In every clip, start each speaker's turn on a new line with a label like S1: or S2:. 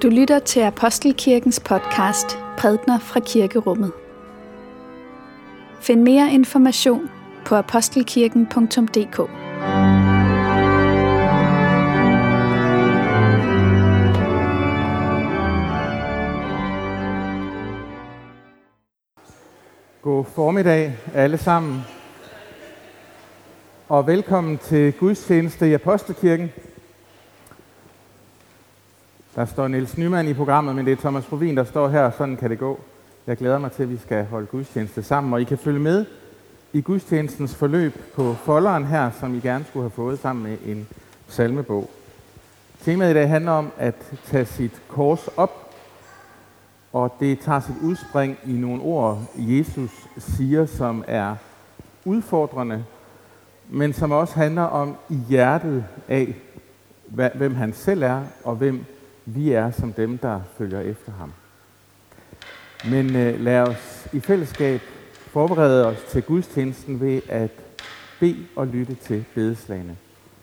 S1: Du lytter til Apostelkirkens podcast Prædikener fra Kirkerummet. Find mere information på apostelkirken.dk.
S2: God formiddag alle sammen, og velkommen til gudstjeneste i Apostelkirken. Der står Niels Nyman i programmet, men det er Thomas Provin, der står her, sådan kan det gå. Jeg glæder mig til, at vi skal holde gudstjeneste sammen, og I kan følge med i gudstjenestens forløb på folderen her, som I gerne skulle have fået sammen med en salmebog. Temaet i dag handler om at tage sit kors op, og det tager sit udspring i nogle ord, Jesus siger, som er udfordrende, men som også handler om i hjertet af, hvem han selv er, og hvem vi er som dem, der følger efter ham. Men lad os i fællesskab forberede os til gudstjenesten ved at bede og lytte til bedeslagene.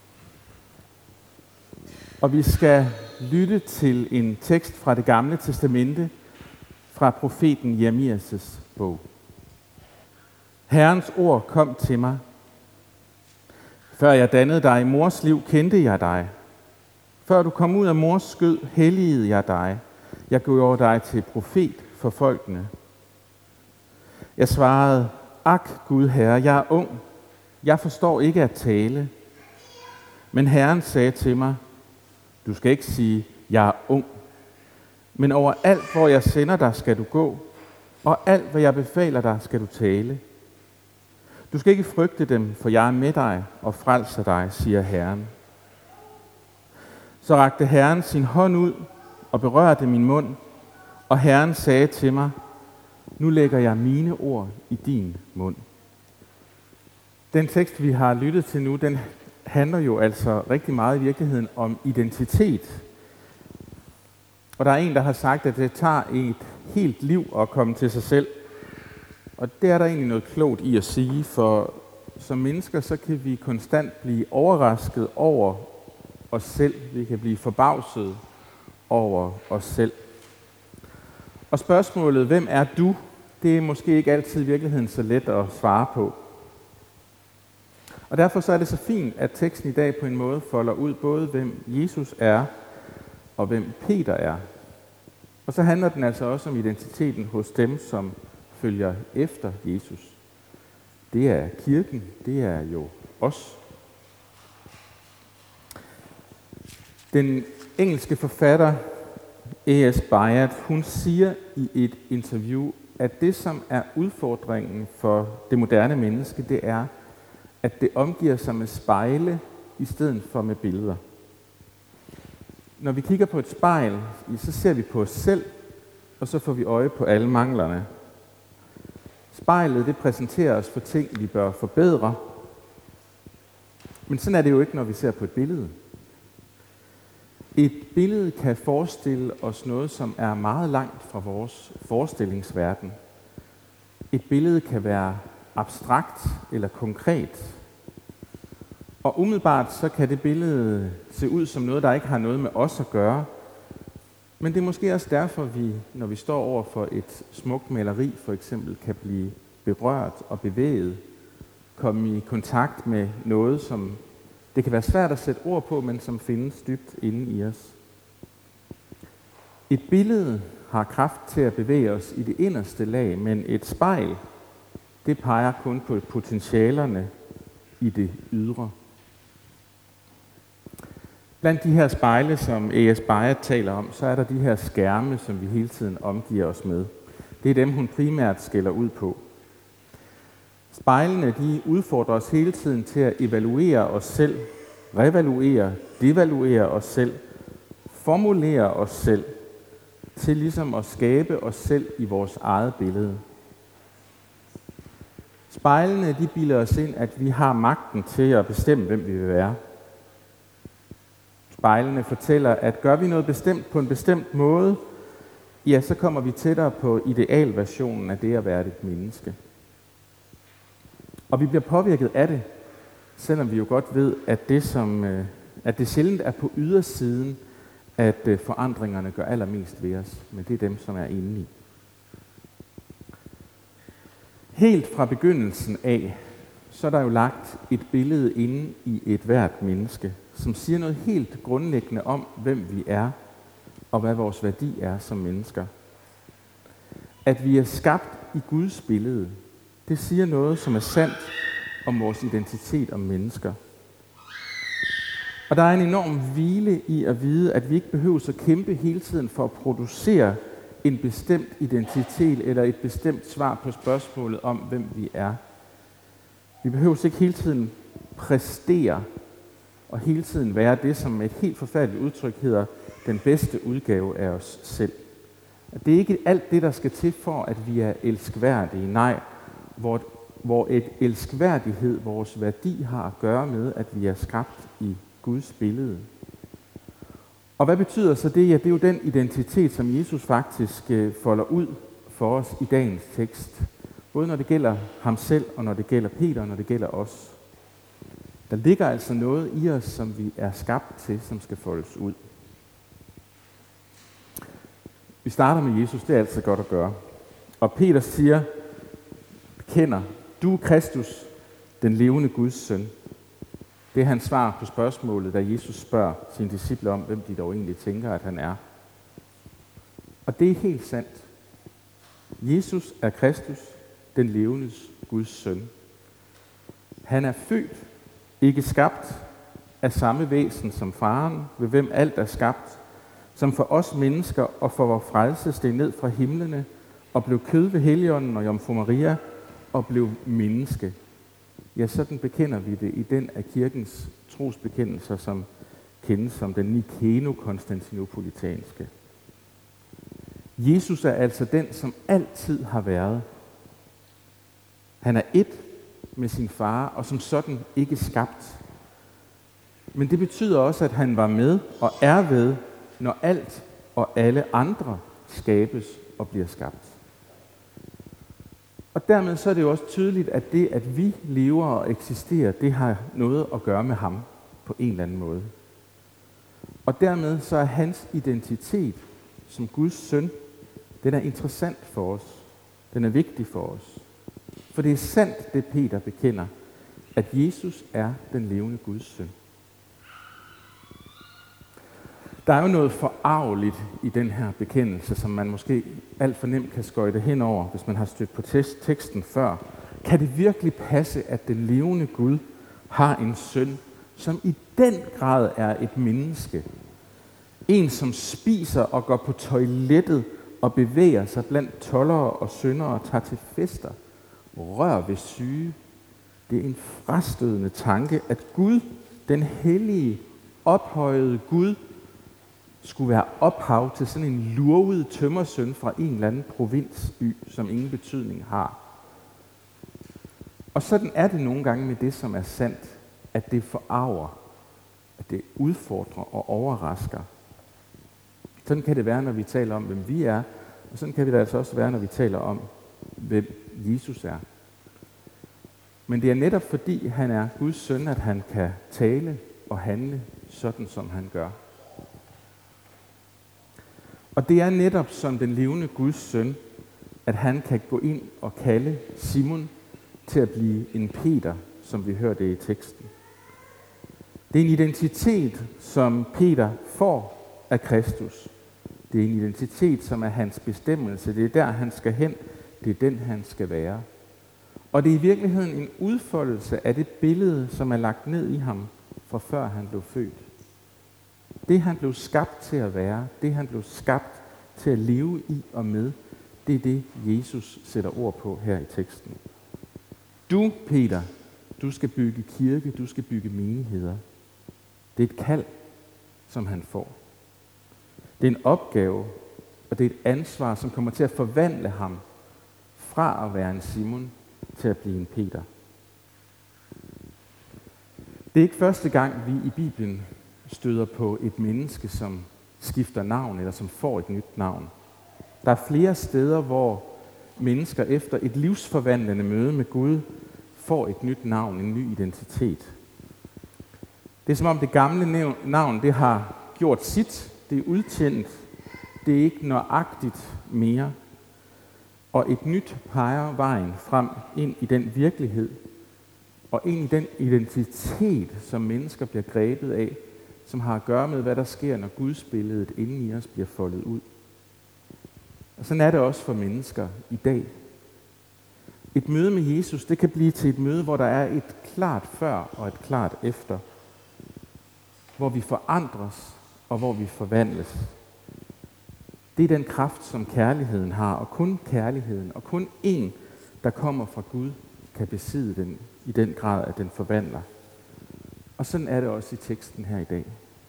S2: Og vi skal lytte til en tekst fra det gamle testamente, fra profeten Jeremias' bog. Herrens ord kom til mig. Før jeg dannede dig i mors liv, kendte jeg dig. Før du kom ud af mors skød, helligede jeg dig. Jeg gjorde dig til profet for folkene. Jeg svarede, ak Gud Herre, jeg er ung. Jeg forstår ikke at tale. Men Herren sagde til mig, du skal ikke sige, jeg er ung. Men over alt, hvor jeg sender dig, skal du gå. Og alt, hvad jeg befaler dig, skal du tale. Du skal ikke frygte dem, for jeg er med dig og frelser dig, siger Herren. Så rakte Herren sin hånd ud og berørte min mund, og Herren sagde til mig, nu lægger jeg mine ord i din mund. Den tekst, vi har lyttet til nu, den handler jo altså rigtig meget i virkeligheden om identitet. Og der er en, der har sagt, at det tager et helt liv at komme til sig selv. Og det er der egentlig noget klogt i at sige, for som mennesker, så kan vi konstant blive overrasket over os selv. Vi kan blive forbavset over os selv. Og spørgsmålet, hvem er du? Det er måske ikke altid i virkeligheden så let at svare på. Og derfor så er det så fint, at teksten i dag på en måde folder ud både, hvem Jesus er, og hvem Peter er. Og så handler den altså også om identiteten hos dem, som følger efter Jesus. Det er kirken, det er jo os. Den engelske forfatter A.S. Byatt, hun siger i et interview, at det, som er udfordringen for det moderne menneske, det er, at det omgiver sig med spejle i stedet for med billeder. Når vi kigger på et spejl, så ser vi på os selv, og så får vi øje på alle manglerne. Spejlet, det præsenterer os for ting, vi bør forbedre. Men sådan er det jo ikke, når vi ser på et billede. Et billede kan forestille os noget, som er meget langt fra vores forestillingsverden. Et billede kan være abstrakt eller konkret. Og umiddelbart så kan det billede se ud som noget, der ikke har noget med os at gøre. Men det er måske også derfor, vi, når vi står over for et smukt maleri for eksempel, kan blive berørt og bevæget, komme i kontakt med noget, som det kan være svært at sætte ord på, men som findes dybt inde i os. Et billede har kraft til at bevæge os i det inderste lag, men et spejl, det peger kun på potentialerne i det ydre. Blandt de her spejle, som A.S. Byatt taler om, så er der de her skærme, som vi hele tiden omgiver os med. Det er dem, hun primært skælder ud på. Spejlene, de udfordrer os hele tiden til at evaluere os selv, revaluere, devaluere os selv, formulere os selv, til ligesom at skabe os selv i vores eget billede. Spejlene, de bilder os ind, at vi har magten til at bestemme, hvem vi vil være. Spejlene fortæller, at gør vi noget bestemt på en bestemt måde, ja, så kommer vi tættere på idealversionen af det at være et menneske. Og vi bliver påvirket af det, selvom vi jo godt ved, at det sjældent er på ydersiden, at forandringerne gør allermest ved os, men det er dem, som er inde i. Helt fra begyndelsen af, så er der jo lagt et billede inde i et hvert menneske, som siger noget helt grundlæggende om, hvem vi er, og hvad vores værdi er som mennesker. At vi er skabt i Guds billede, det siger noget, som er sandt om vores identitet om mennesker. Og der er en enorm hvile i at vide, at vi ikke behøver at kæmpe hele tiden for at producere en bestemt identitet eller et bestemt svar på spørgsmålet om, hvem vi er. Vi behøver ikke hele tiden præstere og hele tiden være det, som et helt forfærdeligt udtryk hedder, den bedste udgave af os selv. Det er ikke alt det, der skal til for, at vi er elskværdige. Nej, hvor et elskværdighed, vores værdi har at gøre med, at vi er skabt i Guds billede. Og hvad betyder så det? Ja, det er jo den identitet, som Jesus faktisk folder ud for os i dagens tekst. Både når det gælder ham selv, og når det gælder Peter, og når det gælder os. Der ligger altså noget i os, som vi er skabt til, som skal foldes ud. Vi starter med Jesus, det er altid godt at gøre. Og Peter siger, bekender, du er Kristus, den levende Guds søn. Det er hans svar på spørgsmålet, da Jesus spørger sine disciple om, hvem de dog egentlig tænker, at han er. Og det er helt sandt. Jesus er Kristus, den levende Guds søn. Han er født, ikke skabt, af samme væsen som faren, ved hvem alt er skabt, som for os mennesker og for vores frelse steg ned fra himlene og blev kød ved Helligånden og Jomfru Maria og blev menneske. Ja, sådan bekender vi det i den af kirkens trosbekendelser, som kendes som den nikeno-konstantinopolitanske. Jesus er altså den, som altid har været. Han er ét med sin far, og som sådan ikke skabt. Men det betyder også, at han var med og er ved, når alt og alle andre skabes og bliver skabt. Og dermed så er det jo også tydeligt, at det, at vi lever og eksisterer, det har noget at gøre med ham på en eller anden måde. Og dermed så er hans identitet som Guds søn, den er interessant for os. Den er vigtig for os. For det er sandt, det Peter bekender, at Jesus er den levende Guds søn. Der er jo noget forarveligt i den her bekendelse, som man måske alt for nemt kan skøjte henover, hvis man har stødt på teksten før. Kan det virkelig passe, at den levende Gud har en søn, som i den grad er et menneske? En, som spiser og går på toilettet og bevæger sig blandt toldere og syndere og tager til fester, rør ved syge. Det er en frastødende tanke, at Gud, den hellige, ophøjede Gud, skulle være ophav til sådan en lurvet tømmersøn fra en eller anden provinsby, som ingen betydning har. Og sådan er det nogle gange med det, som er sandt, at det forarver, at det udfordrer og overrasker. Sådan kan det være, når vi taler om, hvem vi er, og sådan kan det altså også være, når vi taler om, hvem Jesus er. Men det er netop fordi, han er Guds søn, at han kan tale og handle sådan, som han gør. Og det er netop som den levende Guds søn, at han kan gå ind og kalde Simon til at blive en Peter, som vi hørte i teksten. Det er en identitet, som Peter får af Kristus. Det er en identitet, som er hans bestemmelse. Det er der, han skal hen. Det er den, han skal være. Og det er i virkeligheden en udfoldelse af det billede, som er lagt ned i ham, fra før han blev født. Det, han blev skabt til at være, det, han blev skabt til at leve i og med, det er det, Jesus sætter ord på her i teksten. Du, Peter, du skal bygge kirke, du skal bygge menigheder. Det er et kald, som han får. Det er en opgave, og det er et ansvar, som kommer til at forvandle ham fra at være en Simon til at blive en Peter. Det er ikke første gang, vi i Bibelen støder på et menneske, som skifter navn, eller som får et nyt navn. Der er flere steder, hvor mennesker efter et livsforvandlende møde med Gud får et nyt navn, en ny identitet. Det er som om det gamle navn, det har gjort sit, Det er udtjent. Det er ikke nøjagtigt mere. Og et nyt peger vejen frem ind i den virkelighed, og ind i den identitet, som mennesker bliver grebet af, som har at gøre med, hvad der sker, når Guds billedet inden i os bliver foldet ud. Og sådan er det også for mennesker i dag. Et møde med Jesus, det kan blive til et møde, hvor der er et klart før og et klart efter. Hvor vi forandres, og hvor vi forvandles. Det er den kraft, som kærligheden har, og kun kærligheden, og kun en, der kommer fra Gud, kan besidde den i den grad, at den forvandler. Og sådan er det også i teksten her i dag.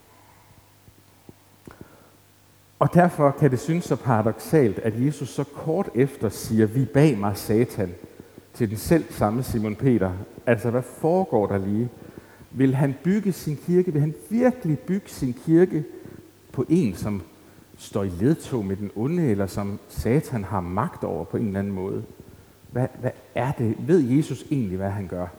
S2: Og derfor kan det synes så paradoksalt, at Jesus så kort efter siger, vi bag mig Satan, til den selv samme Simon Peter. Altså, hvad foregår der lige? Vil han bygge sin kirke? Vil han virkelig bygge sin kirke på en, som står i ledtog med den onde, eller som Satan har magt over på en eller anden måde? Hvad er det? Ved Jesus egentlig, hvad han gør?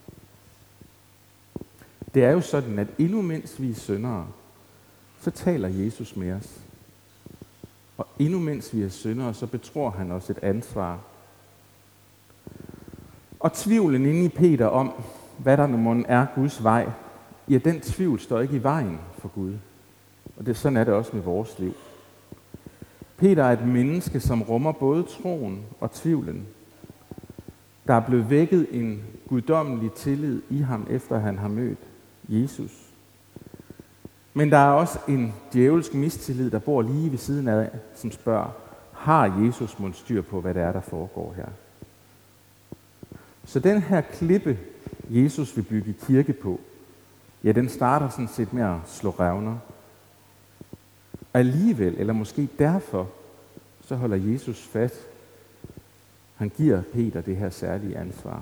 S2: Det er jo sådan, at endnu mens vi er syndere, så taler Jesus med os. Og endnu mens vi er syndere, så betror han os et ansvar. Og tvivlen inde i Peter om, hvad der nu måtte er Guds vej, ja, den tvivl står ikke i vejen for Gud. Og sådan er det også med vores liv. Peter er et menneske, som rummer både troen og tvivlen. Der er blevet vækket en guddommelig tillid i ham, efter han har mødt Jesus. Men der er også en djævelsk mistillid, der bor lige ved siden af, som spørger, har Jesus mon styr på, hvad det er, der foregår her? Så den her klippe, Jesus vil bygge kirke på, ja, den starter sådan set med at slå revner. Alligevel, eller måske derfor, så holder Jesus fast. Han giver Peter det her særlige ansvar.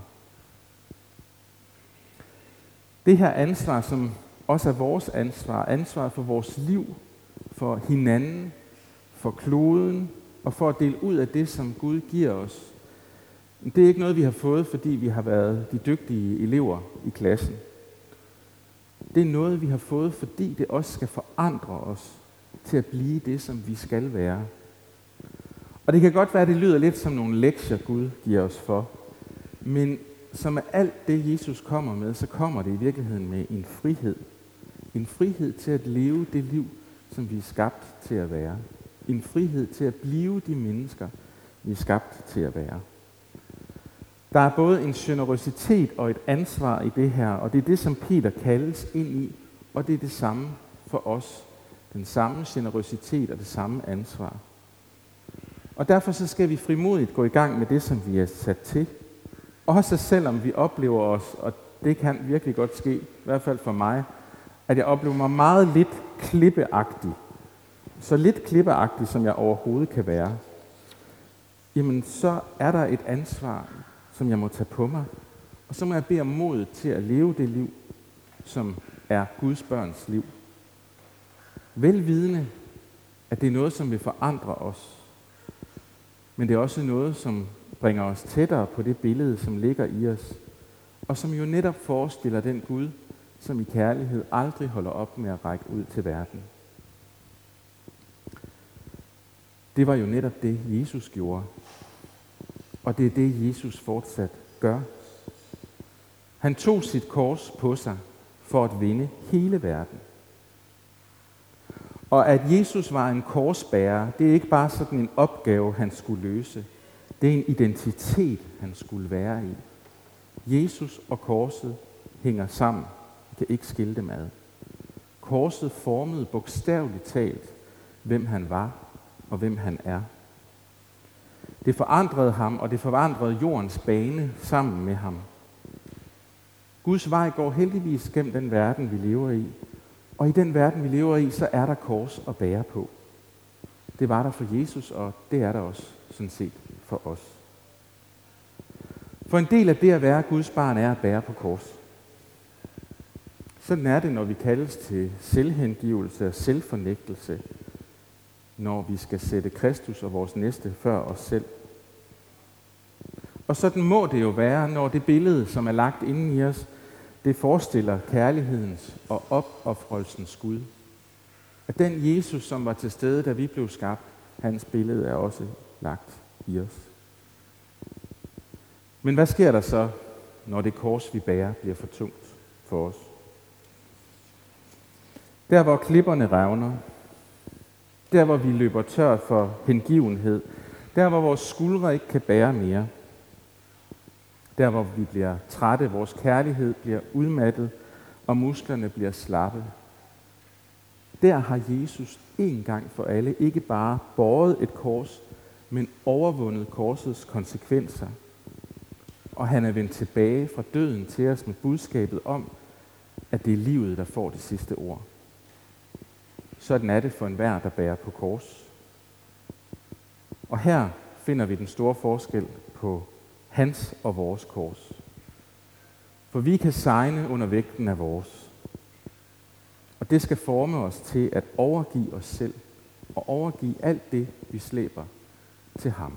S2: Det her ansvar, som også er vores ansvar, ansvar for vores liv, for hinanden, for kloden, og for at dele ud af det, som Gud giver os. Det er ikke noget, vi har fået, fordi vi har været de dygtige elever i klassen. Det er noget, vi har fået, fordi det også skal forandre os til at blive det, som vi skal være. Og det kan godt være, at det lyder lidt som nogle lektier, Gud giver os for. Men som med alt det, Jesus kommer med, så kommer det i virkeligheden med en frihed. En frihed til at leve det liv, som vi er skabt til at være. En frihed til at blive de mennesker, vi er skabt til at være. Der er både en generøsitet og et ansvar i det her, og det er det, som Peter kaldes ind i, og det er det samme for os. Den samme generøsitet og det samme ansvar. Og derfor så skal vi frimodigt gå i gang med det, som vi er sat til. Også selvom vi oplever os, og det kan virkelig godt ske, i hvert fald for mig, at jeg oplever mig meget lidt klippeagtig. Så lidt klippeagtig, som jeg overhovedet kan være. Jamen, så er der et ansvar, som jeg må tage på mig. Og så må jeg bede om mod til at leve det liv, som er Guds børns liv. Velvidende, at det er noget, som vil forandre os. Men det er også noget, som bringer os tættere på det billede, som ligger i os. Og som jo netop forestiller den Gud, som i kærlighed aldrig holder op med at række ud til verden. Det var jo netop det, Jesus gjorde. Og det er det, Jesus fortsat gør. Han tog sit kors på sig for at vinde hele verden. Og at Jesus var en korsbærer, det er ikke bare sådan en opgave, han skulle løse. Det er en identitet, han skulle være i. Jesus og korset hænger sammen. Vi kan ikke skille dem ad. Korset formede bogstaveligt talt, hvem han var og hvem han er. Det forandrede ham, og det forandrede jordens bane sammen med ham. Guds vej går heldigvis gennem den verden, vi lever i. Og i den verden, vi lever i, så er der kors at bære på. Det var der for Jesus, og det er der også sådan set for os. For en del af det at være Guds barn er at bære på kors. Sådan er det, når vi kaldes til selvhengivelse og selvfornægtelse, når vi skal sætte Kristus og vores næste før os selv. Og sådan må det jo være, når det billede, som er lagt inden i os, det forestiller kærlighedens og opoffrelsens Gud. At den Jesus, som var til stede, da vi blev skabt, hans billede er også lagt i os. Men hvad sker der så, når det kors, vi bærer, bliver for tungt for os? Der, hvor klipperne revner, der, hvor vi løber tør for hengivenhed, der, hvor vores skuldre ikke kan bære mere, der, hvor vi bliver trætte, vores kærlighed bliver udmattet, og musklerne bliver slappe, der har Jesus en gang for alle ikke bare båret et kors, men overvundet korsets konsekvenser. Og han er vendt tilbage fra døden til os med budskabet om, at det er livet, der får det sidste ord. Sådan er det for enhver, der bærer på kors. Og her finder vi den store forskel på hans og vores kors. For vi kan segne under vægten af vores. Og det skal forme os til at overgive os selv og overgive alt det, vi slæber, til ham.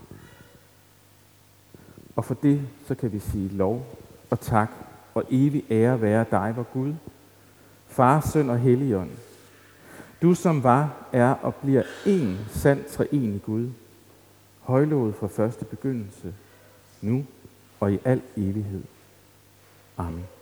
S2: Og for det, så kan vi sige lov og tak og evig ære være dig, vor Gud, Far, Søn og Helligånd. Du som var, er og bliver en sand treenig Gud, højlovet fra første begyndelse, nu og i al evighed. Amen.